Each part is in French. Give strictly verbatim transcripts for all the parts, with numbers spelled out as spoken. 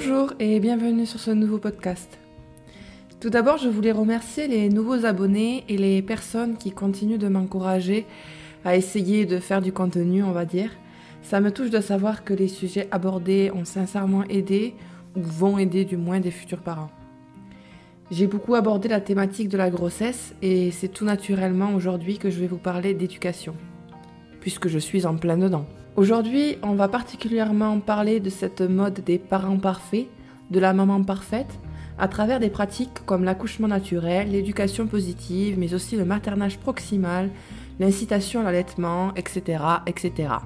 Bonjour et bienvenue sur ce nouveau podcast. Tout d'abord, je voulais remercier les nouveaux abonnés et les personnes qui continuent de m'encourager à essayer de faire du contenu, on va dire. Ça me touche de savoir que les sujets abordés ont sincèrement aidé, ou vont aider du moins des futurs parents. J'ai beaucoup abordé la thématique de la grossesse et c'est tout naturellement aujourd'hui que je vais vous parler d'éducation, puisque je suis en plein dedans. Aujourd'hui, on va particulièrement parler de cette mode des parents parfaits, de la maman parfaite, à travers des pratiques comme l'accouchement naturel, l'éducation positive, mais aussi le maternage proximal, l'incitation à l'allaitement, et cetera, et cetera.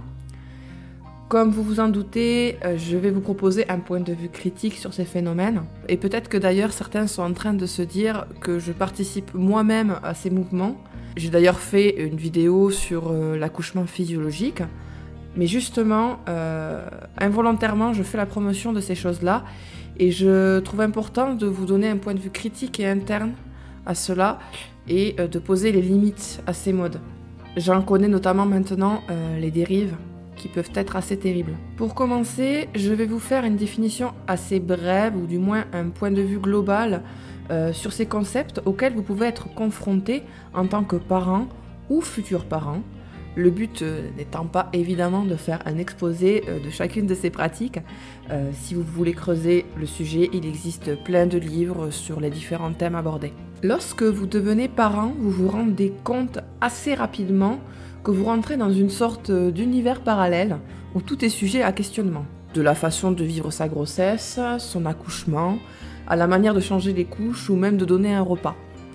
Comme vous vous en doutez, je vais vous proposer un point de vue critique sur ces phénomènes, et peut-être que d'ailleurs certains sont en train de se dire que je participe moi-même à ces mouvements. J'ai d'ailleurs fait une vidéo sur l'accouchement physiologique, mais justement, euh, involontairement, je fais la promotion de ces choses-là et je trouve important de vous donner un point de vue critique et interne à cela et euh, de poser les limites à ces modes. J'en connais notamment maintenant euh, les dérives qui peuvent être assez terribles. Pour commencer, je vais vous faire une définition assez brève ou du moins un point de vue global euh, sur ces concepts auxquels vous pouvez être confrontés en tant que parent ou futur parent. Le but euh, n'étant pas évidemment de faire un exposé euh, de chacune de ces pratiques. Euh, si vous voulez creuser le sujet, il existe plein de livres sur les différents thèmes abordés. Lorsque vous devenez parent, vous vous rendez compte assez rapidement que vous rentrez dans une sorte d'univers parallèle où tout est sujet à questionnement. De la façon de vivre sa grossesse, son accouchement, à la manière de changer les couches ou même de donner un repas.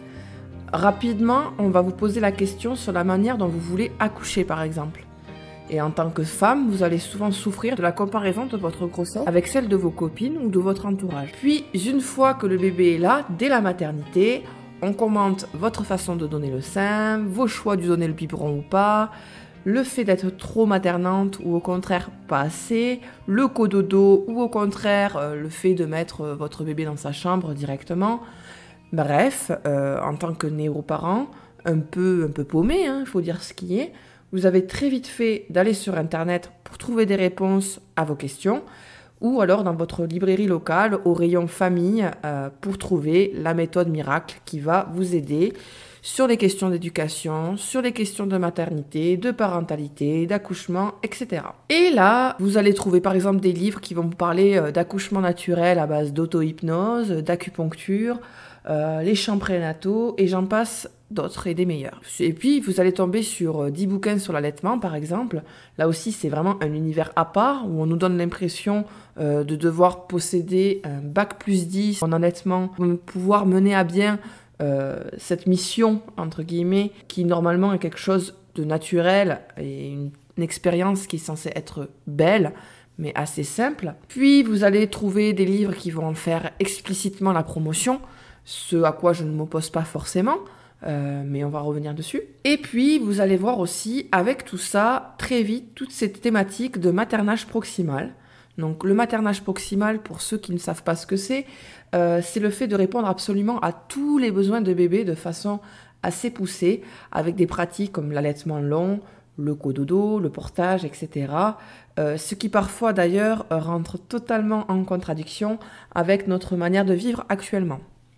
Rapidement, on va vous poser la question sur la manière dont vous voulez accoucher, par exemple. Et en tant que femme, vous allez souvent souffrir de la comparaison de votre grossesse avec celle de vos copines ou de votre entourage. Puis, une fois que le bébé est là, dès la maternité, on commente votre façon de donner le sein, vos choix de donner le biberon ou pas, le fait d'être trop maternante ou au contraire pas assez, le cododo ou au contraire euh, le fait de mettre votre bébé dans sa chambre directement. Bref, euh, en tant que néo-parent, un peu, un peu paumé, hein, il faut dire ce qui est, vous avez très vite fait d'aller sur Internet pour trouver des réponses à vos questions, ou alors dans votre librairie locale, au rayon famille, euh, pour trouver la méthode miracle qui va vous aider sur les questions d'éducation, sur les questions de maternité, de parentalité, d'accouchement, et cetera. Et là, vous allez trouver par exemple des livres qui vont vous parler d'accouchement naturel à base d'auto-hypnose, d'acupuncture, Euh, les champs prénataux, et j'en passe d'autres et des meilleurs. Et puis, vous allez tomber sur dix bouquins sur l'allaitement, par exemple. Là aussi, c'est vraiment un univers à part, où on nous donne l'impression euh, de devoir posséder un bac plus dix en allaitement, pour pouvoir mener à bien euh, cette mission, entre guillemets, qui normalement est quelque chose de naturel, et une, une expérience qui est censée être belle, mais assez simple. Puis, vous allez trouver des livres qui vont en faire explicitement la promotion, ce à quoi je ne m'oppose pas forcément, euh, mais on va revenir dessus. Et puis, vous allez voir aussi, avec tout ça, très vite, toute cette thématique de maternage proximal. Donc, le maternage proximal, pour ceux qui ne savent pas ce que c'est, euh, c'est le fait de répondre absolument à tous les besoins de bébé de façon assez poussée, avec des pratiques comme l'allaitement long, le cododo, le portage, et cetera. Euh, ce qui parfois d'ailleurs rentre totalement en contradiction avec notre manière de vivre actuellement.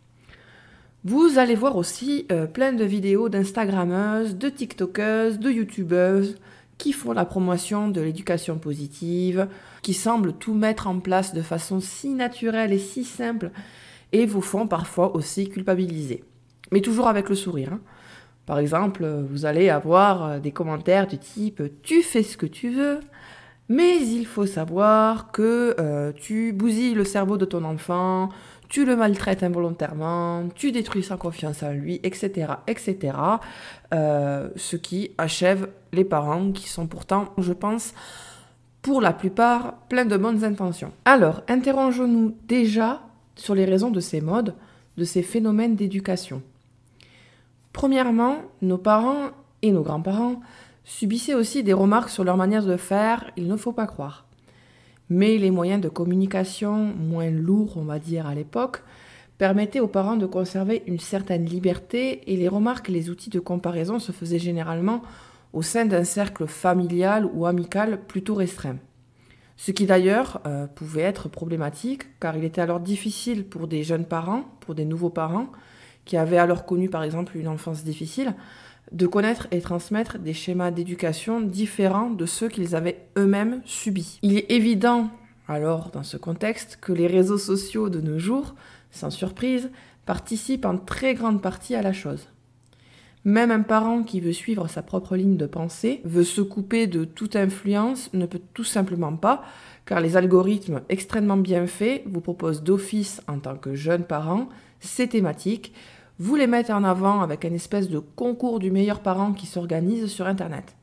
Vous allez voir aussi euh, plein de vidéos d'instagrammeuses, de tiktokeuses, de youtubeuses qui font la promotion de l'éducation positive, qui semblent tout mettre en place de façon si naturelle et si simple et vous font parfois aussi culpabiliser. Mais toujours avec le sourire, hein. Par exemple, vous allez avoir des commentaires du type « Tu fais ce que tu veux », mais il faut savoir que euh, tu bousilles le cerveau de ton enfant, tu le maltraites involontairement, tu détruis sa confiance en lui, et cetera, et cetera. Euh, ce qui achève les parents qui sont pourtant, je pense, pour la plupart, pleins de bonnes intentions. Alors, interrogeons-nous déjà sur les raisons de ces modes, de ces phénomènes d'éducation. Premièrement, nos parents et nos grands-parents subissaient aussi des remarques sur leur manière de faire, il ne faut pas croire. Mais les moyens de communication, moins lourds on va dire à l'époque, permettaient aux parents de conserver une certaine liberté et les remarques et les outils de comparaison se faisaient généralement au sein d'un cercle familial ou amical plutôt restreint. Ce qui d'ailleurs euh, pouvait être problématique, car il était alors difficile pour des jeunes parents, pour des nouveaux parents, qui avaient alors connu par exemple une enfance difficile, de connaître et transmettre des schémas d'éducation différents de ceux qu'ils avaient eux-mêmes subis. Il est évident, alors, dans ce contexte, que les réseaux sociaux de nos jours, sans surprise, participent en très grande partie à la chose. Même un parent qui veut suivre sa propre ligne de pensée, veut se couper de toute influence, ne peut tout simplement pas, car les algorithmes extrêmement bien faits vous proposent d'office, en tant que jeune parent, ces thématiques, vous les mettez en avant avec une espèce de concours du meilleur parent qui s'organise sur Internet.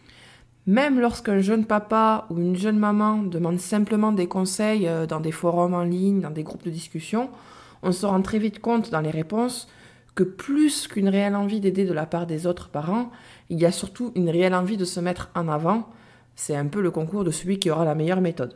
Même lorsqu'un jeune papa ou une jeune maman demande simplement des conseils dans des forums en ligne, dans des groupes de discussion, on se rend très vite compte dans les réponses que plus qu'une réelle envie d'aider de la part des autres parents, il y a surtout une réelle envie de se mettre en avant. C'est un peu le concours de celui qui aura la meilleure méthode.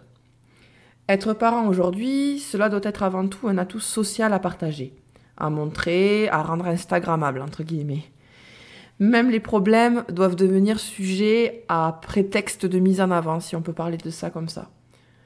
Être parent aujourd'hui, cela doit être avant tout un atout social à partager, à montrer, à rendre instagrammable, entre guillemets. Même les problèmes doivent devenir sujets à prétexte de mise en avant, si on peut parler de ça comme ça.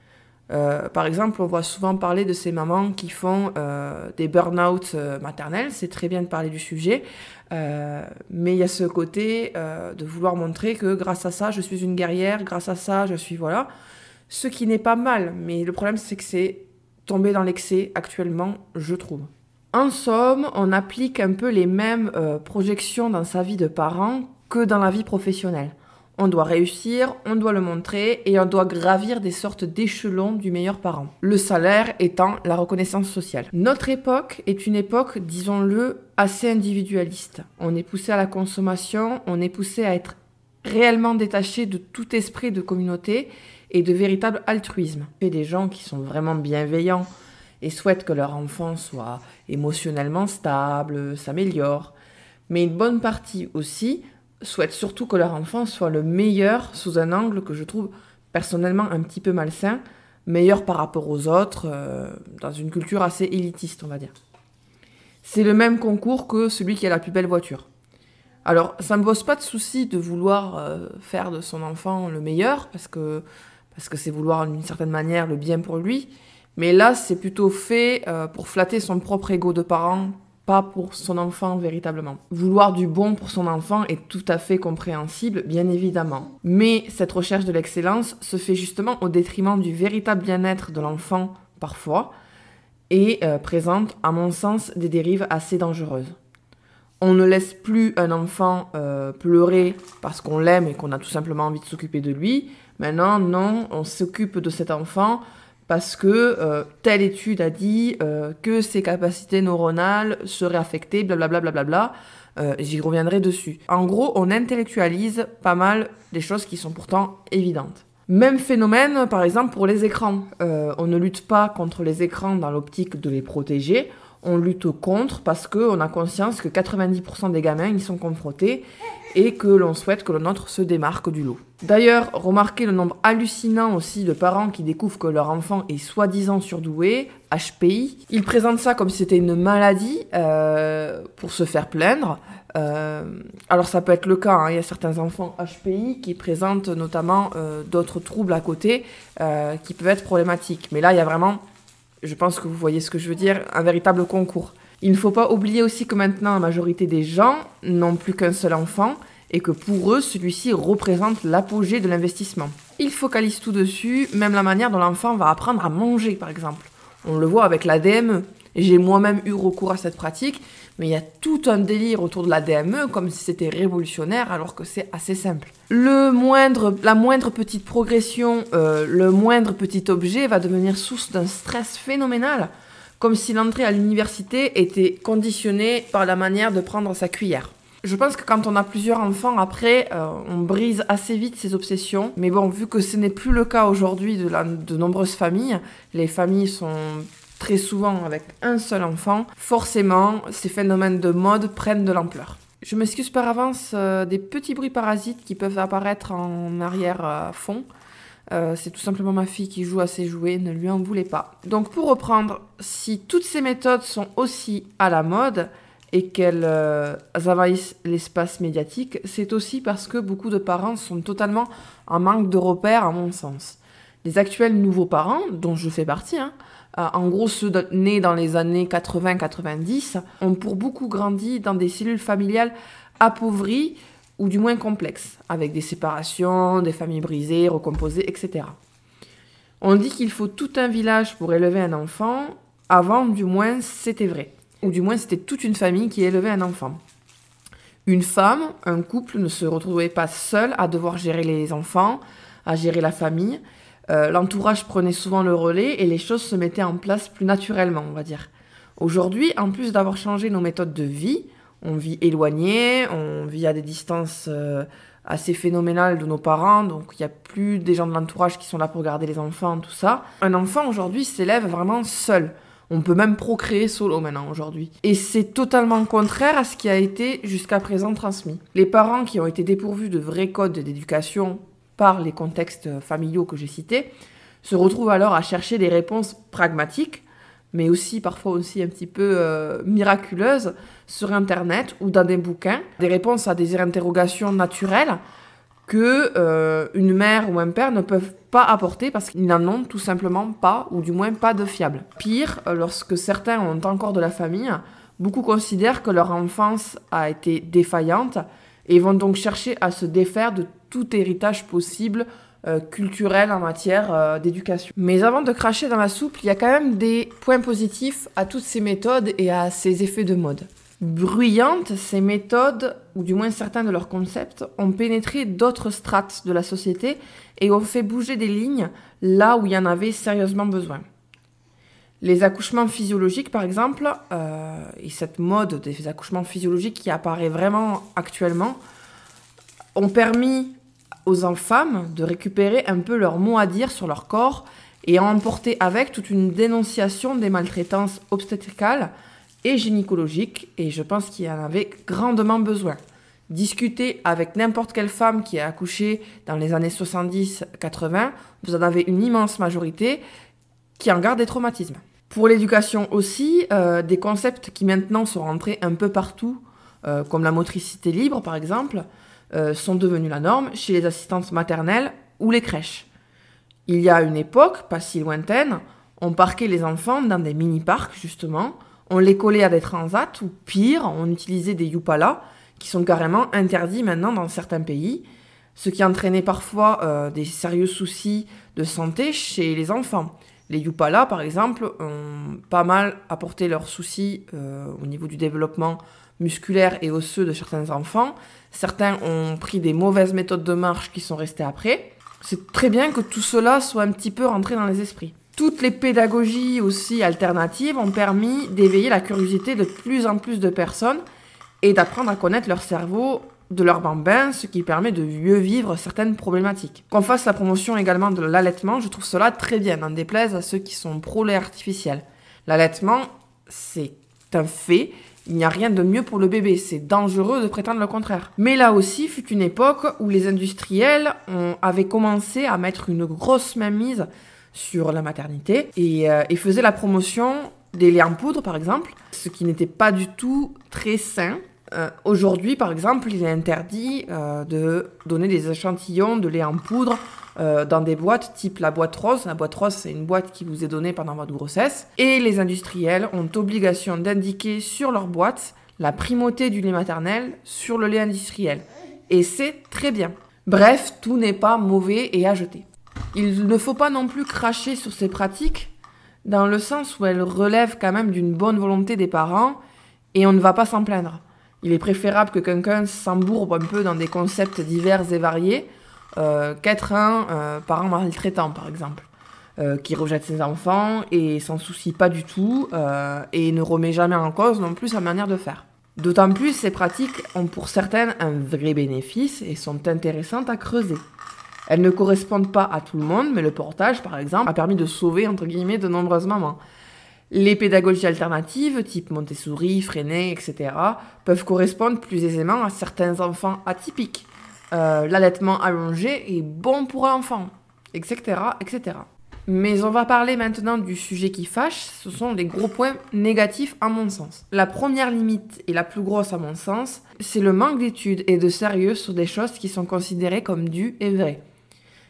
Euh, par exemple, on voit souvent parler de ces mamans qui font euh, des burn-out euh, maternels. C'est très bien de parler du sujet, euh, mais il y a ce côté euh, de vouloir montrer que grâce à ça, je suis une guerrière, grâce à ça, je suis voilà. Ce qui n'est pas mal, mais le problème, c'est que c'est tombé dans l'excès actuellement, je trouve. En somme, on applique un peu les mêmes euh, projections dans sa vie de parent que dans la vie professionnelle. On doit réussir, on doit le montrer et on doit gravir des sortes d'échelons du meilleur parent. Le salaire étant la reconnaissance sociale. Notre époque est une époque, disons-le, assez individualiste. On est poussé à la consommation, on est poussé à être réellement détaché de tout esprit de communauté et de véritable altruisme. Et des gens qui sont vraiment bienveillants et souhaitent que leur enfant soit émotionnellement stable, s'améliore. Mais une bonne partie aussi souhaitent surtout que leur enfant soit le meilleur sous un angle que je trouve personnellement un petit peu malsain, meilleur par rapport aux autres, euh, dans une culture assez élitiste, on va dire. C'est le même concours que celui qui a la plus belle voiture. Alors, ça ne me pose pas de souci de vouloir euh, faire de son enfant le meilleur, parce que parce que c'est vouloir d'une certaine manière le bien pour lui, mais là, c'est plutôt fait euh, pour flatter son propre ego de parent, pas pour son enfant véritablement. Vouloir du bon pour son enfant est tout à fait compréhensible, bien évidemment. Mais cette recherche de l'excellence se fait justement au détriment du véritable bien-être de l'enfant, parfois, et euh, présente, à mon sens, des dérives assez dangereuses. On ne laisse plus un enfant euh, pleurer parce qu'on l'aime et qu'on a tout simplement envie de s'occuper de lui. Maintenant, non, on s'occupe de cet enfant parce que euh, telle étude a dit euh, que ses capacités neuronales seraient affectées, blablabla. Bla bla bla. Euh, j'y reviendrai dessus. En gros, on intellectualise pas mal des choses qui sont pourtant évidentes. Même phénomène, par exemple, pour les écrans. Euh, on ne lutte pas contre les écrans dans l'optique de les protéger, on lutte contre parce qu'on a conscience que quatre-vingt-dix pour cent des gamins y sont confrontés et que l'on souhaite que le nôtre se démarque du lot. D'ailleurs, remarquez le nombre hallucinant aussi de parents qui découvrent que leur enfant est soi-disant surdoué, H P I. Ils présentent ça comme si c'était une maladie euh, pour se faire plaindre. Euh, alors ça peut être le cas, hein. Il y a certains enfants H P I qui présentent notamment euh, d'autres troubles à côté euh, qui peuvent être problématiques. Mais là, il y a vraiment, je pense que vous voyez ce que je veux dire, un véritable concours. Il ne faut pas oublier aussi que maintenant, la majorité des gens n'ont plus qu'un seul enfant et que pour eux, celui-ci représente l'apogée de l'investissement. Ils focalisent tout dessus, même la manière dont l'enfant va apprendre à manger, par exemple. On le voit avec l'A D M E. J'ai moi-même eu recours à cette pratique, mais il y a tout un délire autour de l'A D M E, comme si c'était révolutionnaire, alors que c'est assez simple. Le moindre, la moindre petite progression, euh, le moindre petit objet va devenir source d'un stress phénoménal, comme si l'entrée à l'université était conditionnée par la manière de prendre sa cuillère. Je pense que quand on a plusieurs enfants, après, euh, on brise assez vite ses obsessions. Mais bon, vu que ce n'est plus le cas aujourd'hui de, la, de nombreuses familles, les familles sont très souvent avec un seul enfant, forcément, ces phénomènes de mode prennent de l'ampleur. Je m'excuse par avance euh, des petits bruits parasites qui peuvent apparaître en arrière-fond. Euh, c'est tout simplement ma fille qui joue à ses jouets, ne lui en voulez pas. Donc pour reprendre, si toutes ces méthodes sont aussi à la mode et qu'elles euh, envahissent l'espace médiatique, c'est aussi parce que beaucoup de parents sont totalement en manque de repères, à mon sens. Les actuels nouveaux parents, dont je fais partie, hein, euh, en gros ceux de- nés dans les années quatre-vingts quatre-vingt-dix, ont pour beaucoup grandi dans des cellules familiales appauvries ou du moins complexes, avec des séparations, des familles brisées, recomposées, et cetera. On dit qu'il faut tout un village pour élever un enfant. Avant, du moins, c'était vrai. Ou du moins, c'était toute une famille qui élevait un enfant. Une femme, un couple ne se retrouvait pas seul à devoir gérer les enfants, à gérer la famille. Euh, l'entourage prenait souvent le relais et les choses se mettaient en place plus naturellement, on va dire. Aujourd'hui, en plus d'avoir changé nos méthodes de vie, on vit éloigné, on vit à des distances euh, assez phénoménales de nos parents, donc il n'y a plus des gens de l'entourage qui sont là pour garder les enfants, tout ça. Un enfant aujourd'hui s'élève vraiment seul. On peut même procréer solo maintenant aujourd'hui. Et c'est totalement contraire à ce qui a été jusqu'à présent transmis. Les parents qui ont été dépourvus de vrais codes d'éducation par les contextes familiaux que j'ai cités se retrouvent alors à chercher des réponses pragmatiques, mais aussi parfois aussi un petit peu euh, miraculeuses sur Internet ou dans des bouquins, des réponses à des interrogations naturelles que euh, une mère ou un père ne peuvent pas apporter parce qu'ils n'en ont tout simplement pas, ou du moins pas de fiable. Pire, euh, lorsque certains ont encore de la famille, beaucoup considèrent que leur enfance a été défaillante et vont donc chercher à se défaire de tout héritage possible euh, culturel en matière euh, d'éducation. Mais avant de cracher dans la soupe, il y a quand même des points positifs à toutes ces méthodes et à ces effets de mode. Bruyantes, ces méthodes, ou du moins certains de leurs concepts, ont pénétré d'autres strates de la société et ont fait bouger des lignes là où il y en avait sérieusement besoin. Les accouchements physiologiques, par exemple, euh, et cette mode des accouchements physiologiques qui apparaît vraiment actuellement, ont permis aux femmes de récupérer un peu leur mot à dire sur leur corps et ont emporté avec toute une dénonciation des maltraitances obstétricales et gynécologique, et je pense qu'il y en avait grandement besoin. Discutez avec n'importe quelle femme qui a accouché dans les années soixante-dix quatre-vingts, vous en avez une immense majorité qui en garde des traumatismes. Pour l'éducation aussi, euh, des concepts qui maintenant sont rentrés un peu partout, euh, comme la motricité libre par exemple, euh, sont devenus la norme chez les assistantes maternelles ou les crèches. Il y a une époque, pas si lointaine, on parquait les enfants dans des mini-parcs justement, on les collait à des transats, ou pire, on utilisait des youpalas, qui sont carrément interdits maintenant dans certains pays, ce qui entraînait parfois euh, des sérieux soucis de santé chez les enfants. Les youpalas, par exemple, ont pas mal apporté leurs soucis euh, au niveau du développement musculaire et osseux de certains enfants. Certains ont pris des mauvaises méthodes de marche qui sont restées après. C'est très bien que tout cela soit un petit peu rentré dans les esprits. Toutes les pédagogies aussi alternatives ont permis d'éveiller la curiosité de plus en plus de personnes et d'apprendre à connaître leur cerveau de leur bambin, ce qui permet de mieux vivre certaines problématiques. Qu'on fasse la promotion également de l'allaitement, je trouve cela très bien, n'en déplaise à ceux qui sont pro-lait artificiel. L'allaitement, c'est un fait, il n'y a rien de mieux pour le bébé, c'est dangereux de prétendre le contraire. Mais là aussi, fut une époque où les industriels ont, avaient commencé à mettre une grosse mainmise sur la maternité et, euh, et faisaient la promotion des laits en poudre, par exemple, ce qui n'était pas du tout très sain. Euh, aujourd'hui, par exemple, il est interdit euh, de donner des échantillons de lait en poudre euh, dans des boîtes type la boîte rose. La boîte rose, c'est une boîte qui vous est donnée pendant votre grossesse. Et les industriels ont obligation d'indiquer sur leur boîte la primauté du lait maternel sur le lait industriel. Et c'est très bien. Bref, tout n'est pas mauvais et à jeter. Il ne faut pas non plus cracher sur ces pratiques, dans le sens où elles relèvent quand même d'une bonne volonté des parents, et on ne va pas s'en plaindre. Il est préférable que quelqu'un s'embourbe un peu dans des concepts divers et variés, euh, qu'être un euh, parent maltraitant, par exemple, euh, qui rejette ses enfants et s'en soucie pas du tout, euh, et ne remet jamais en cause non plus sa manière de faire. D'autant plus, ces pratiques ont pour certaines un vrai bénéfice et sont intéressantes à creuser. Elles ne correspondent pas à tout le monde, mais le portage, par exemple, a permis de sauver, entre guillemets, de nombreuses mamans. Les pédagogies alternatives, type Montessori, Freinet, et cetera, peuvent correspondre plus aisément à certains enfants atypiques. Euh, l'allaitement allongé est bon pour l'enfant, et cetera, et cetera. Mais on va parler maintenant du sujet qui fâche, ce sont les gros points négatifs à mon sens. La première limite, et la plus grosse à mon sens, c'est le manque d'études et de sérieux sur des choses qui sont considérées comme dues et vraies.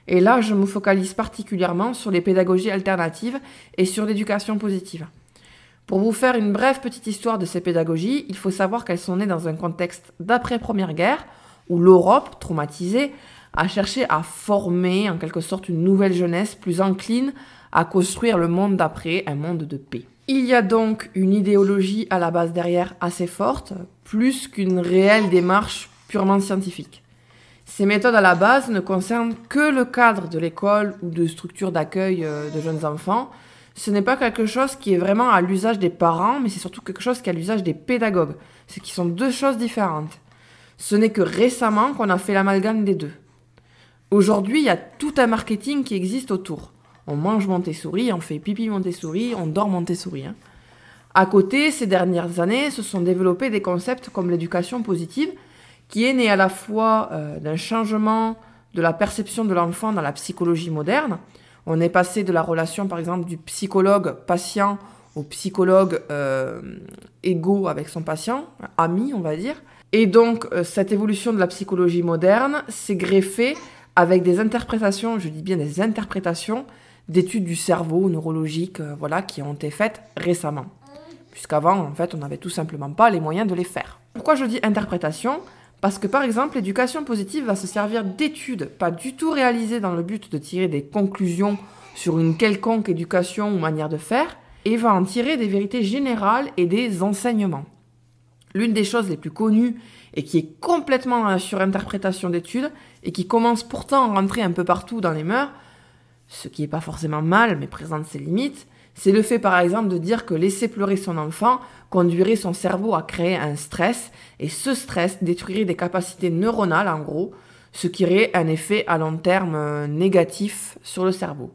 Et là, je me focalise particulièrement sur les pédagogies alternatives et sur l'éducation positive. Pour vous faire une brève petite histoire de ces pédagogies, il faut savoir qu'elles sont nées dans un contexte d'après-première guerre, où l'Europe, traumatisée, a cherché à former en quelque sorte une nouvelle jeunesse plus encline à construire le monde d'après, un monde de paix. Il y a donc une idéologie à la base derrière assez forte, plus qu'une réelle démarche purement scientifique. Ces méthodes à la base ne concernent que le cadre de l'école ou de structures d'accueil de jeunes enfants. Ce n'est pas quelque chose qui est vraiment à l'usage des parents, mais c'est surtout quelque chose qui est à l'usage des pédagogues, ce qui sont deux choses différentes. Ce n'est que récemment qu'on a fait l'amalgame des deux. Aujourd'hui, il y a tout un marketing qui existe autour. On mange Montessori, on fait pipi Montessori, on dort Montessori. Hein. À côté, ces dernières années, se sont développés des concepts comme l'éducation positive, qui est née à la fois euh, d'un changement de la perception de l'enfant dans la psychologie moderne. On est passé de la relation, par exemple, du psychologue-patient au psychologue euh, égaux avec son patient, ami, on va dire. Et donc, euh, cette évolution de la psychologie moderne s'est greffée avec des interprétations, je dis bien des interprétations, d'études du cerveau neurologique, euh, voilà, qui ont été faites récemment. Puisqu'avant, en fait, on n'avait tout simplement pas les moyens de les faire. Pourquoi je dis interprétation ? Parce que, par exemple, l'éducation positive va se servir d'études pas du tout réalisées dans le but de tirer des conclusions sur une quelconque éducation ou manière de faire, et va en tirer des vérités générales et des enseignements. L'une des choses les plus connues et qui est complètement dans la surinterprétation d'études et qui commence pourtant à rentrer un peu partout dans les mœurs, ce qui n'est pas forcément mal mais présente ses limites, c'est le fait par exemple de dire que laisser pleurer son enfant conduirait son cerveau à créer un stress et ce stress détruirait des capacités neuronales en gros, ce qui aurait un effet à long terme négatif sur le cerveau.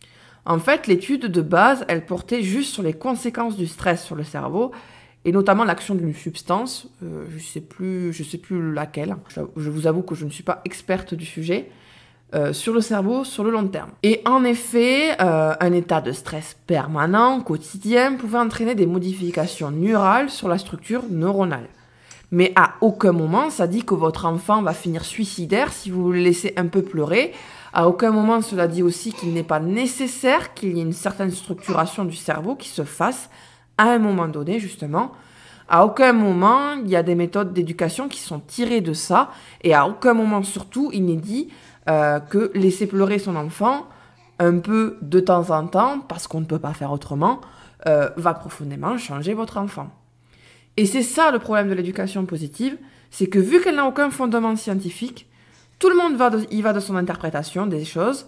En fait, l'étude de base, elle portait juste sur les conséquences du stress sur le cerveau et notamment l'action d'une substance, euh, je sais plus, je sais plus laquelle, je, je vous avoue que je ne suis pas experte du sujet, euh, sur le cerveau sur le long terme. Et en effet, euh, un état de stress permanent, quotidien, pouvait entraîner des modifications neurales sur la structure neuronale. Mais à aucun moment, ça dit que votre enfant va finir suicidaire si vous le laissez un peu pleurer. À aucun moment, cela dit aussi qu'il n'est pas nécessaire qu'il y ait une certaine structuration du cerveau qui se fasse à un moment donné, justement. À aucun moment, il y a des méthodes d'éducation qui sont tirées de ça. Et à aucun moment, surtout, il n'est dit euh, que laisser pleurer son enfant un peu de temps en temps, parce qu'on ne peut pas faire autrement, euh, va profondément changer votre enfant. Et c'est ça le problème de l'éducation positive, c'est que vu qu'elle n'a aucun fondement scientifique, tout le monde va de, y va de son interprétation des choses,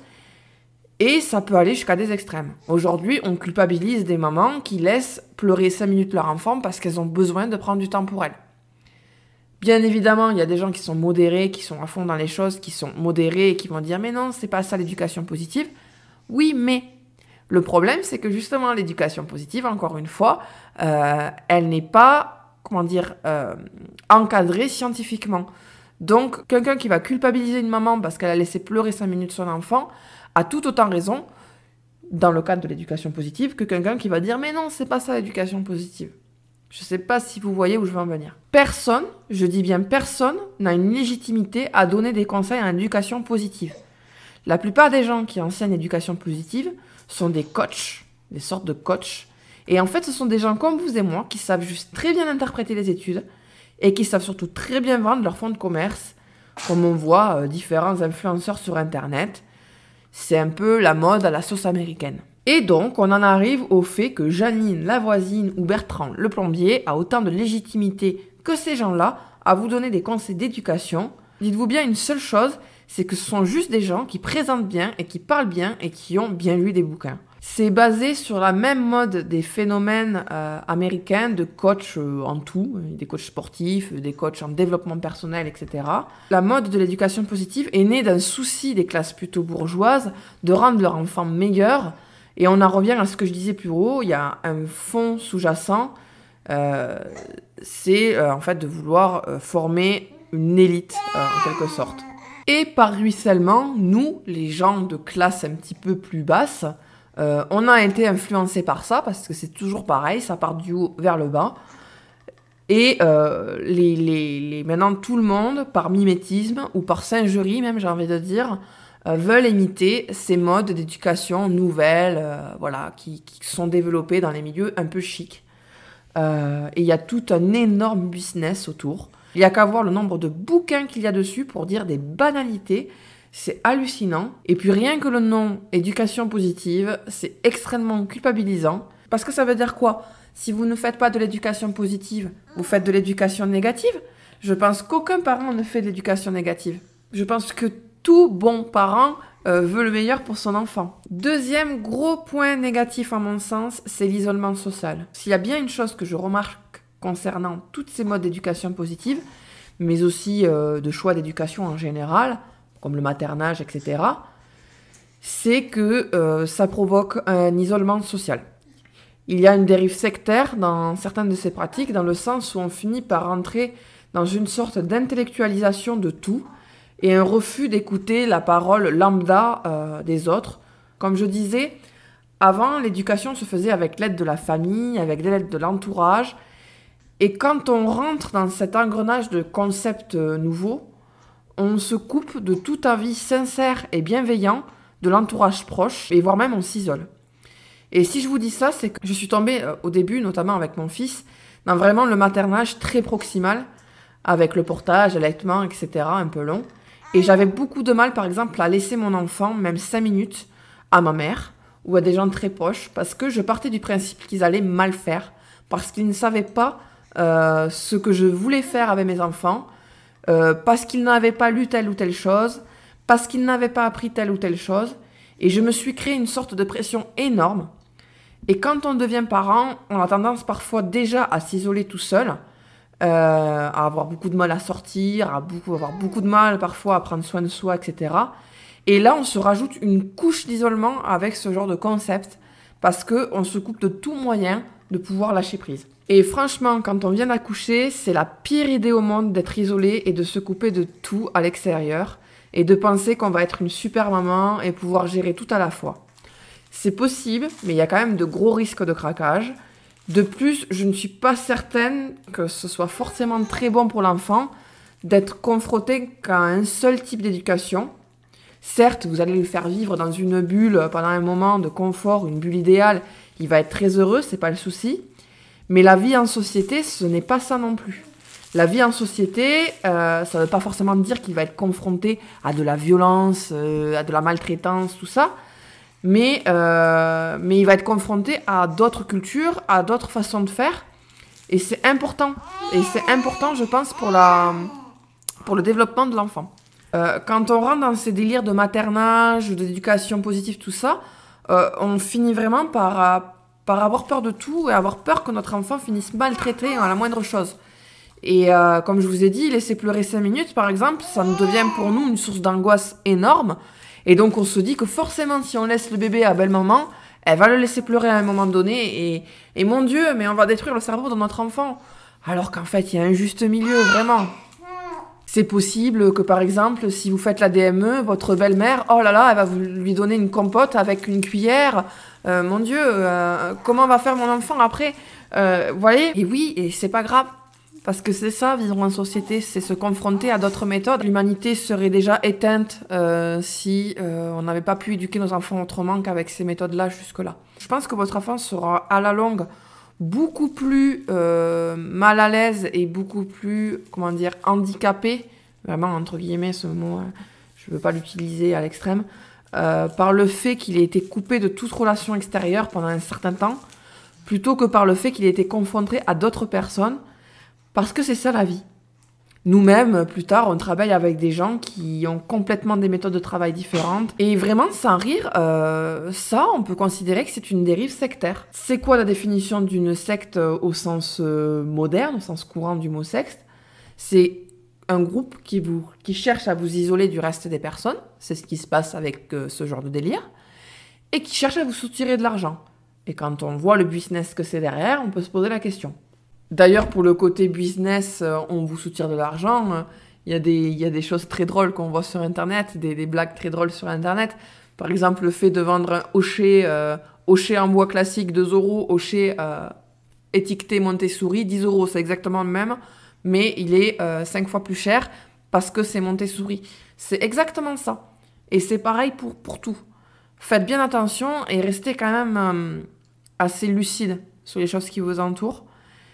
et ça peut aller jusqu'à des extrêmes. Aujourd'hui, on culpabilise des mamans qui laissent pleurer cinq minutes leur enfant parce qu'elles ont besoin de prendre du temps pour elles. Bien évidemment, il y a des gens qui sont modérés, qui sont à fond dans les choses, qui sont modérés et qui vont dire « mais non, c'est pas ça l'éducation positive ». Oui, mais le problème, c'est que justement, l'éducation positive, encore une fois, euh, elle n'est pas, comment dire, euh, encadrée scientifiquement. Donc, quelqu'un qui va culpabiliser une maman parce qu'elle a laissé pleurer cinq minutes son enfant a tout autant raison, dans le cadre de l'éducation positive, que quelqu'un qui va dire « mais non, c'est pas ça l'éducation positive ». Je ne sais pas si vous voyez où je veux en venir. Personne, je dis bien personne, n'a une légitimité à donner des conseils en éducation positive. La plupart des gens qui enseignent l'éducation positive sont des coachs, des sortes de coachs. Et en fait, ce sont des gens comme vous et moi qui savent juste très bien interpréter les études et qui savent surtout très bien vendre leur fonds de commerce, comme on voit euh, différents influenceurs sur Internet. C'est un peu la mode à la sauce américaine. Et donc, on en arrive au fait que Janine, la voisine, ou Bertrand, le plombier, a autant de légitimité que ces gens-là à vous donner des conseils d'éducation. Dites-vous bien une seule chose, c'est que ce sont juste des gens qui présentent bien et qui parlent bien et qui ont bien lu des bouquins. C'est basé sur la même mode des phénomènes euh, américains de coachs euh, en tout, des coachs sportifs, des coachs en développement personnel, et cetera. La mode de l'éducation positive est née d'un souci des classes plutôt bourgeoises de rendre leur enfant meilleur. Et on en revient à ce que je disais plus haut, il y a un fond sous-jacent, euh, c'est euh, en fait de vouloir euh, former une élite euh, en quelque sorte. Et par ruissellement, nous, les gens de classe un petit peu plus basse, Euh, on a été influencé par ça, parce que c'est toujours pareil, ça part du haut vers le bas. Et euh, les, les, les, maintenant, tout le monde, par mimétisme, ou par singerie même, j'ai envie de dire, euh, veulent imiter ces modes d'éducation nouvelles, euh, voilà, qui, qui sont développés dans les milieux un peu chics. Euh, et il y a tout un énorme business autour. Il n'y a qu'à voir le nombre de bouquins qu'il y a dessus pour dire des banalités. C'est hallucinant. Et puis rien que le nom éducation positive, c'est extrêmement culpabilisant. Parce que ça veut dire quoi ? Si vous ne faites pas de l'éducation positive, vous faites de l'éducation négative ? Je pense qu'aucun parent ne fait de l'éducation négative. Je pense que tout bon parent euh, veut le meilleur pour son enfant. Deuxième gros point négatif à mon sens, c'est l'isolement social. S'il y a bien une chose que je remarque concernant tous ces modes d'éducation positive, mais aussi euh, de choix d'éducation en général, comme le maternage, et cetera, c'est que euh, ça provoque un isolement social. Il y a une dérive sectaire dans certaines de ces pratiques, dans le sens où on finit par rentrer dans une sorte d'intellectualisation de tout et un refus d'écouter la parole lambda euh, des autres. Comme je disais, avant, l'éducation se faisait avec l'aide de la famille, avec l'aide de l'entourage. Et quand on rentre dans cet engrenage de concepts nouveaux, on se coupe de tout avis sincère et bienveillant de l'entourage proche, et voire même on s'isole. Et si je vous dis ça, c'est que je suis tombée euh, au début, notamment avec mon fils, dans vraiment le maternage très proximal, avec le portage, l'allaitement, et cetera, un peu long. Et j'avais beaucoup de mal, par exemple, à laisser mon enfant, même cinq minutes, à ma mère, ou à des gens très proches, parce que je partais du principe qu'ils allaient mal faire, parce qu'ils ne savaient pas euh, ce que je voulais faire avec mes enfants, euh, parce qu'ils n'avaient pas lu telle ou telle chose, parce qu'ils n'avaient pas appris telle ou telle chose, et je me suis créé une sorte de pression énorme. Et quand on devient parent, on a tendance parfois déjà à s'isoler tout seul, euh, à avoir beaucoup de mal à sortir, à beaucoup, avoir beaucoup de mal parfois à prendre soin de soi, et cetera. Et là, on se rajoute une couche d'isolement avec ce genre de concept, parce qu'on se coupe de tout moyen de pouvoir lâcher prise. Et franchement, quand on vient d'accoucher, c'est la pire idée au monde d'être isolé et de se couper de tout à l'extérieur, et de penser qu'on va être une super maman et pouvoir gérer tout à la fois. C'est possible, mais il y a quand même de gros risques de craquage. De plus, je ne suis pas certaine que ce soit forcément très bon pour l'enfant d'être confronté qu'à un seul type d'éducation. Certes, vous allez le faire vivre dans une bulle pendant un moment de confort, une bulle idéale, il va être très heureux, c'est pas le souci. Mais la vie en société, ce n'est pas ça non plus. La vie en société, euh, ça ne veut pas forcément dire qu'il va être confronté à de la violence, euh, à de la maltraitance, tout ça. Mais, euh, mais il va être confronté à d'autres cultures, à d'autres façons de faire. Et c'est important. Et c'est important, je pense, pour, la, pour le développement de l'enfant. Euh, quand on rentre dans ces délires de maternage, d'éducation positive, tout ça, euh, on finit vraiment par, par avoir peur de tout et avoir peur que notre enfant finisse maltraité à la moindre chose. Et euh, comme je vous ai dit, laisser pleurer cinq minutes, par exemple, ça nous devient pour nous une source d'angoisse énorme. Et donc, on se dit que forcément, si on laisse le bébé à belle-maman, elle va le laisser pleurer à un moment donné. Et, et mon Dieu, mais on va détruire le cerveau de notre enfant. Alors qu'en fait, il y a un juste milieu, vraiment. C'est possible que, par exemple, si vous faites la D M E, votre belle-mère, oh là là, elle va vous lui donner une compote avec une cuillère. Euh, mon Dieu, euh, comment va faire mon enfant après euh, Vous voyez ? Et oui, et c'est pas grave. Parce que c'est ça, vivre en société, c'est se confronter à d'autres méthodes. L'humanité serait déjà éteinte euh, si euh, on n'avait pas pu éduquer nos enfants autrement qu'avec ces méthodes-là jusque-là. Je pense que votre enfant sera à la longue beaucoup plus euh, mal à l'aise et beaucoup plus, comment dire, handicapé, vraiment entre guillemets ce mot, hein, je ne veux pas l'utiliser à l'extrême, euh, par le fait qu'il ait été coupé de toute relation extérieure pendant un certain temps, plutôt que par le fait qu'il ait été confronté à d'autres personnes. Parce que c'est ça la vie. Nous-mêmes, plus tard, on travaille avec des gens qui ont complètement des méthodes de travail différentes. Et vraiment, sans rire, euh, ça, on peut considérer que c'est une dérive sectaire. C'est quoi la définition d'une secte au sens euh, moderne, au sens courant du mot secte ? C'est un groupe qui, vous, qui cherche à vous isoler du reste des personnes. C'est ce qui se passe avec euh, ce genre de délire. Et qui cherche à vous soutirer de l'argent. Et quand on voit le business que c'est derrière, on peut se poser la question. D'ailleurs, pour le côté business, on vous soutire de l'argent. Il y a des, il y a des choses très drôles qu'on voit sur Internet, des, des blagues très drôles sur Internet. Par exemple, le fait de vendre un hochet, euh, hochet en bois classique, deux euros, hochet euh, étiqueté Montessori, dix euros, c'est exactement le même, mais il est euh, cinq fois plus cher parce que c'est Montessori. C'est exactement ça. Et c'est pareil pour, pour tout. Faites bien attention et restez quand même euh, assez lucide sur les choses qui vous entourent.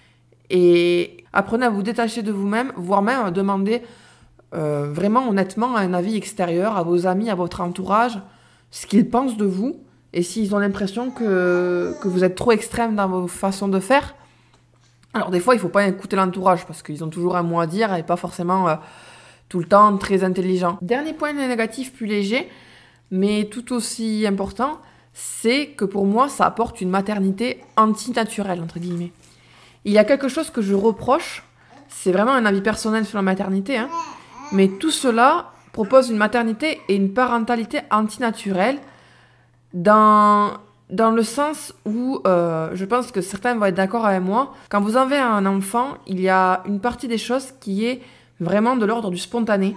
Et apprenez à vous détacher de vous-même, voire même à demander euh, vraiment honnêtement un avis extérieur à vos amis, à votre entourage, ce qu'ils pensent de vous. Et s'ils ont l'impression que, que vous êtes trop extrême dans vos façons de faire. Alors des fois, il ne faut pas écouter l'entourage parce qu'ils ont toujours un mot à dire et pas forcément euh, tout le temps très intelligent. Dernier point négatif plus léger, mais tout aussi important, c'est que pour moi, ça apporte une maternité antinaturelle, entre guillemets. Il y a quelque chose que je reproche, c'est vraiment un avis personnel sur la maternité, hein, mais tout cela propose une maternité et une parentalité antinaturelle dans... Dans le sens où, euh, je pense que certains vont être d'accord avec moi, quand vous avez un enfant, il y a une partie des choses qui est vraiment de l'ordre du spontané.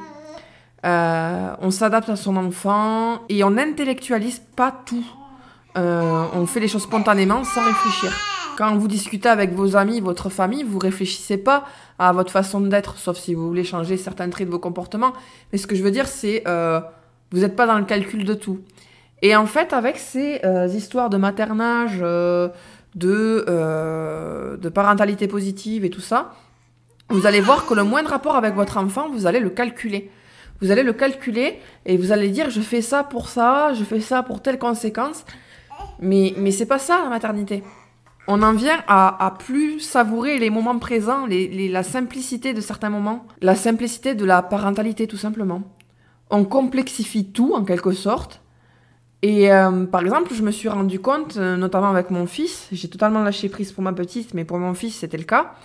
Euh, on s'adapte à son enfant et on n'intellectualise pas tout. Euh, on fait les choses spontanément sans réfléchir. Quand vous discutez avec vos amis, votre famille, vous réfléchissez pas à votre façon d'être, sauf si vous voulez changer certains traits de vos comportements. Mais ce que je veux dire, c'est euh, vous n'êtes pas dans le calcul de tout. Et en fait, avec ces euh, histoires de maternage, euh, de, euh, de parentalité positive et tout ça, vous allez voir que le moindre rapport avec votre enfant, vous allez le calculer. Vous allez le calculer et vous allez dire « je fais ça pour ça, je fais ça pour telle conséquence ». Mais, mais c'est pas ça la maternité. On en vient à, à plus savourer les moments présents, les, les, la simplicité de certains moments, la simplicité de la parentalité tout simplement. On complexifie tout en quelque sorte. Et euh, par exemple, je me suis rendu compte, euh, notamment avec mon fils, j'ai totalement lâché prise pour ma petite, mais pour mon fils, c'était le cas.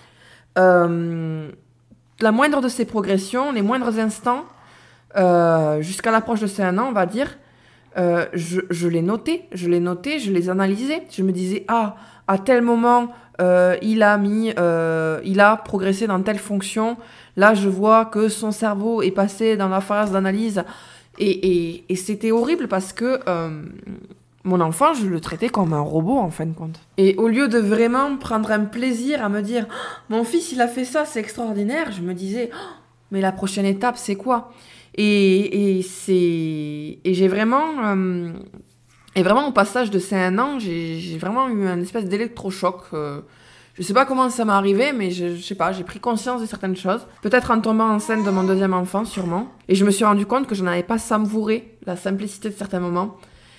Euh, la moindre de ses progressions, les moindres instants, euh, jusqu'à l'approche de ses un an, on va dire, euh, je, je les notais, je les notais, je les analysais. Je me disais, ah, à tel moment, euh, il a mis, euh, il a progressé dans telle fonction. Là, je vois que son cerveau est passé dans la phase d'analyse. Et, et, et c'était horrible parce que euh, mon enfant, je le traitais comme un robot en fin de compte. Et au lieu de vraiment prendre un plaisir à me dire oh, « mon fils, il a fait ça, c'est extraordinaire », je me disais oh, « mais la prochaine étape, c'est quoi ?» Et, et, c'est... et j'ai vraiment... Euh... Et vraiment, au passage de ces un an, j'ai, j'ai vraiment eu un espèce d'électrochoc. Euh... Je sais pas comment ça m'est arrivé, mais je, je sais pas, j'ai pris conscience de certaines choses. Peut-être en tombant enceinte de mon deuxième enfant, sûrement. Et je me suis rendu compte que je n'avais pas savouré la simplicité de certains moments.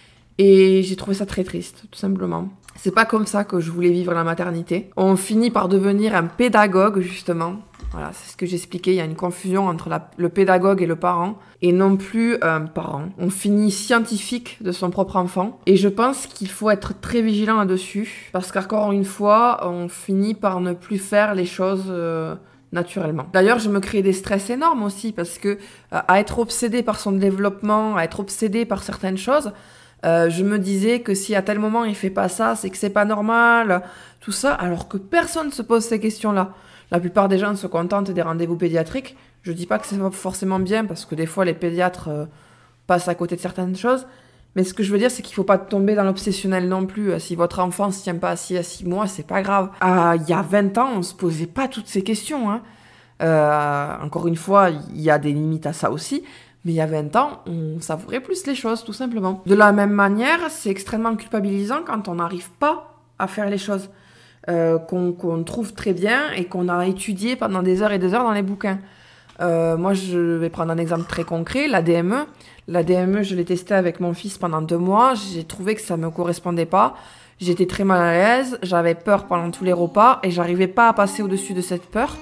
Et j'ai trouvé ça très triste, tout simplement. C'est pas comme ça que je voulais vivre la maternité. On finit par devenir un pédagogue, justement. Voilà, c'est ce que j'expliquais. Il y a une confusion entre la, le pédagogue et le parent, et non plus un parent. On finit scientifique de son propre enfant. Et je pense qu'il faut être très vigilant là-dessus, parce qu'encore une fois, on finit par ne plus faire les choses euh, naturellement. D'ailleurs, je me crée des stress énormes aussi, parce que euh, à être obsédée par son développement, à être obsédée par certaines choses, euh, je me disais que si à tel moment il fait pas ça, c'est que c'est pas normal, tout ça, alors que personne ne se pose ces questions-là. La plupart des gens se contentent des rendez-vous pédiatriques. Je dis pas que c'est forcément bien, parce que des fois, les pédiatres euh, passent à côté de certaines choses. Mais ce que je veux dire, c'est qu'il faut pas tomber dans l'obsessionnel non plus. Si votre enfant ne se tient pas assis à six mois, c'est pas grave. Ah, il y a vingt ans, on se posait pas toutes ces questions. Hein. Euh, encore une fois, il y a des limites à ça aussi. Mais il y a vingt ans, on savourait plus les choses, tout simplement. De la même manière, c'est extrêmement culpabilisant quand on n'arrive pas à faire les choses. Euh, qu'on, qu'on trouve très bien et qu'on a étudié pendant des heures et des heures dans les bouquins. Euh, moi, je vais prendre un exemple très concret, l'A D M E. L'A D M E, je l'ai testé avec mon fils pendant deux mois. J'ai trouvé que ça ne me correspondait pas. J'étais très mal à l'aise, j'avais peur pendant tous les repas et j'arrivais pas à passer au-dessus de cette peur.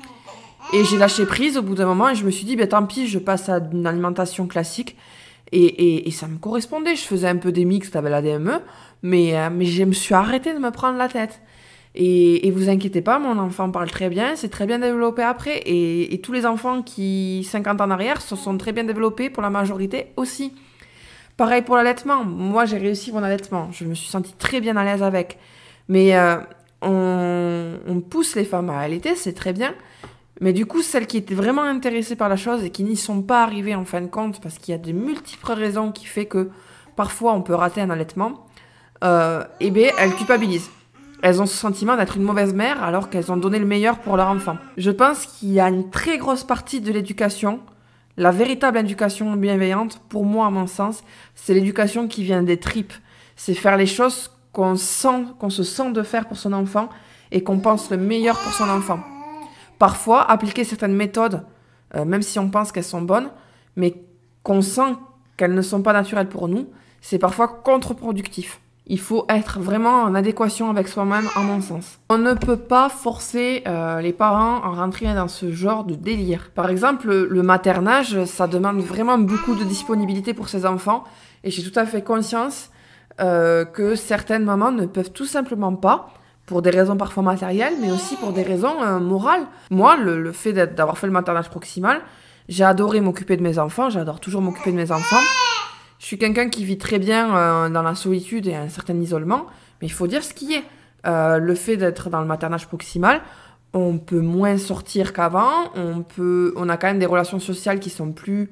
Et j'ai lâché prise au bout d'un moment et je me suis dit, ben, tant pis, je passe à une alimentation classique. Et, et, et ça me correspondait. Je faisais un peu des mixtes avec l'A D M E, mais, euh, mais je me suis arrêtée de me prendre la tête. Et, et vous inquiétez pas, mon enfant parle très bien, c'est très bien développé après. Et, et tous les enfants qui, cinquante ans en arrière, se sont très bien développés pour la majorité aussi. Pareil pour l'allaitement. Moi, j'ai réussi mon allaitement. Je me suis sentie très bien à l'aise avec. Mais euh, on, on pousse les femmes à allaiter, c'est très bien. Mais du coup, celles qui étaient vraiment intéressées par la chose et qui n'y sont pas arrivées en fin de compte, parce qu'il y a de multiples raisons qui font que parfois on peut rater un allaitement, euh, eh bien, elles culpabilisent. Elles ont ce sentiment d'être une mauvaise mère alors qu'elles ont donné le meilleur pour leur enfant. Je pense qu'il y a une très grosse partie de l'éducation, La véritable éducation bienveillante, pour moi, à mon sens, c'est l'éducation qui vient des tripes. C'est faire les choses qu'on sent, qu'on se sent de faire pour son enfant et qu'on pense le meilleur pour son enfant. Parfois, appliquer certaines méthodes, euh, même si on pense qu'elles sont bonnes, mais qu'on sent qu'elles ne sont pas naturelles pour nous, c'est parfois contre-productif. Il faut être vraiment en adéquation avec soi-même, à mon sens. On ne peut pas forcer euh, les parents à rentrer dans ce genre de délire. Par exemple, le, le maternage, ça demande vraiment beaucoup de disponibilité pour ses enfants. Et j'ai tout à fait conscience euh, que certaines mamans ne peuvent tout simplement pas, pour des raisons parfois matérielles, mais aussi pour des raisons euh, morales. Moi, le, le fait d'avoir fait le maternage proximal, j'ai adoré m'occuper de mes enfants, j'adore toujours m'occuper de mes enfants. Je suis quelqu'un qui vit très bien euh, dans la solitude et un certain isolement, mais il faut dire ce qui est. Euh, le fait d'être dans le maternage proximal, on peut moins sortir qu'avant, on peut, on a quand même des relations sociales qui sont plus,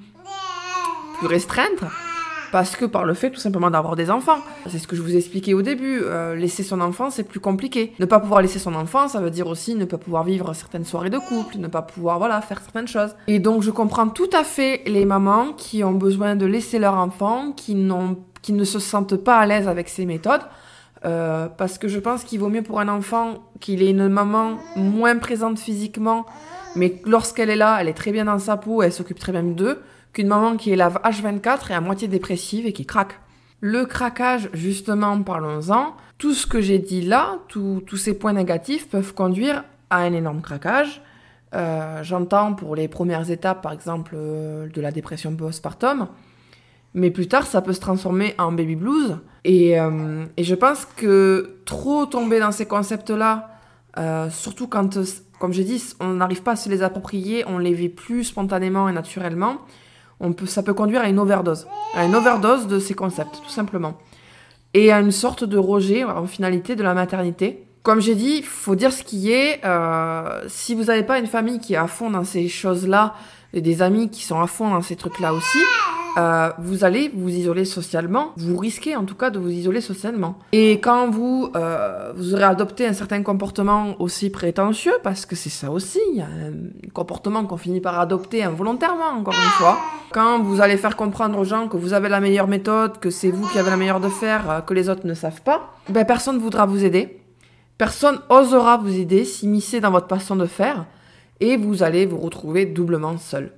plus restreintes, parce que par le fait tout simplement d'avoir des enfants. C'est ce que je vous ai expliqué au début, euh, laisser son enfant c'est plus compliqué. Ne pas pouvoir laisser son enfant, ça veut dire aussi ne pas pouvoir vivre certaines soirées de couple, ne pas pouvoir voilà, faire certaines choses. Et donc je comprends tout à fait les mamans qui ont besoin de laisser leur enfant, qui, n'ont, qui ne se sentent pas à l'aise avec ces méthodes, euh, parce que je pense qu'il vaut mieux pour un enfant qu'il ait une maman moins présente physiquement, mais lorsqu'elle est là, elle est très bien dans sa peau, elle s'occupe très bien d'eux, qu'une maman qui est là H vingt-quatre et à moitié dépressive et qui craque. Le craquage, justement, parlons-en. Tout ce que j'ai dit là, tous ces points négatifs peuvent conduire à un énorme craquage. Euh, j'entends pour les premières étapes, par exemple, euh, de la dépression postpartum, mais plus tard, ça peut se transformer en baby blues. Et, euh, et je pense que trop tomber dans ces concepts-là, euh, surtout quand, comme j'ai dit, on n'arrive pas à se les approprier, on les vit plus spontanément et naturellement, On peut, ça peut conduire à une overdose, à une overdose de ces concepts, tout simplement. Et à une sorte de rejet, en finalité, de la maternité. Comme j'ai dit, il faut dire ce qui est. Euh, si vous n'avez pas une famille qui est à fond dans ces choses-là, et des amis qui sont à fond dans ces trucs-là aussi, euh, vous allez vous isoler socialement. Vous risquez en tout cas de vous isoler socialement. Et quand vous, euh, vous aurez adopté un certain comportement aussi prétentieux, parce que c'est ça aussi, il y a un comportement qu'on finit par adopter involontairement, encore une fois. Quand vous allez faire comprendre aux gens que vous avez la meilleure méthode, que c'est vous qui avez la meilleure de faire, que les autres ne savent pas, ben personne ne voudra vous aider. Personne osera vous aider, s'immiscer dans votre façon de faire, et vous allez vous retrouver doublement seul.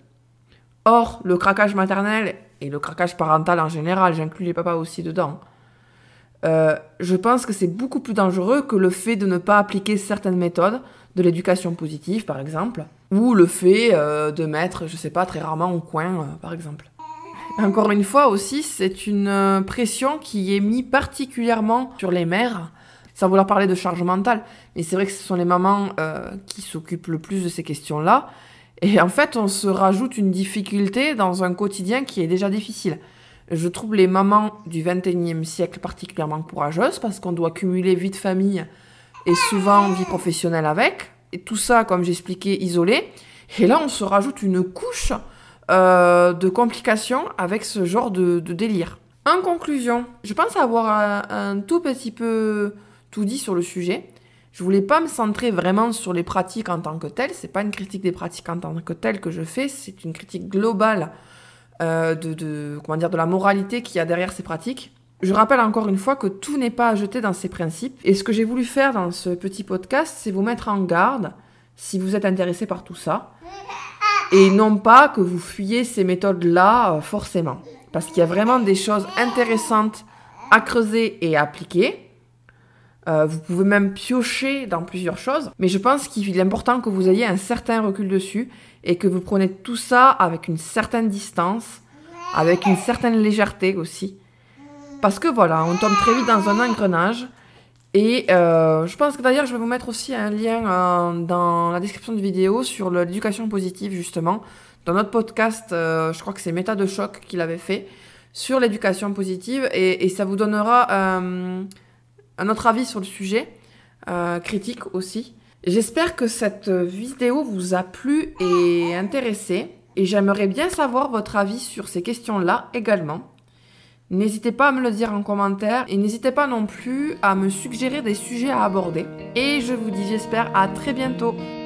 Or, le craquage maternel et le craquage parental en général, j'inclus les papas aussi dedans, euh, je pense que c'est beaucoup plus dangereux que le fait de ne pas appliquer certaines méthodes de l'éducation positive, par exemple, ou le fait euh, de mettre, je sais pas, très rarement au coin, euh, par exemple. Encore une fois aussi, c'est une euh, pression qui est mise particulièrement sur les mères, sans vouloir parler de charge mentale, mais c'est vrai que ce sont les mamans euh, qui s'occupent le plus de ces questions-là, et en fait, on se rajoute une difficulté dans un quotidien qui est déjà difficile. Je trouve les mamans du vingt et unième siècle particulièrement courageuses, parce qu'on doit cumuler vie de famille et souvent vie professionnelle avec, et tout ça, comme j'expliquais, isolé, et là, on se rajoute une couche euh, de complications avec ce genre de, de délire. En conclusion, je pense avoir un, un tout petit peu tout dit sur le sujet. Je voulais pas me centrer vraiment sur les pratiques en tant que telles. C'est pas une critique des pratiques en tant que telles que je fais, c'est une critique globale euh, de, de, comment dire, de la moralité qu'il y a derrière ces pratiques. Je rappelle encore une fois que tout n'est pas à jeter dans ces principes. Et ce que j'ai voulu faire dans ce petit podcast, c'est vous mettre en garde si vous êtes intéressé par tout ça. Et non pas que vous fuyez ces méthodes-là euh, forcément. Parce qu'il y a vraiment des choses intéressantes à creuser et à appliquer. Euh, vous pouvez même piocher dans plusieurs choses, mais je pense qu'il est important que vous ayez un certain recul dessus et que vous preniez tout ça avec une certaine distance, avec une certaine légèreté aussi. Parce que voilà, on tombe très vite dans un engrenage. Et euh, je pense que d'ailleurs, je vais vous mettre aussi un lien euh, dans la description de vidéo sur l'éducation positive, justement. Dans notre podcast, euh, je crois que c'est Méta de Choc qui l'avait fait, sur l'éducation positive. Et, et ça vous donnera... Euh, un autre avis sur le sujet, euh, critique aussi. J'espère que cette vidéo vous a plu et intéressé, et j'aimerais bien savoir votre avis sur ces questions-là également. N'hésitez pas à me le dire en commentaire, et n'hésitez pas non plus à me suggérer des sujets à aborder. Et je vous dis, j'espère, à très bientôt.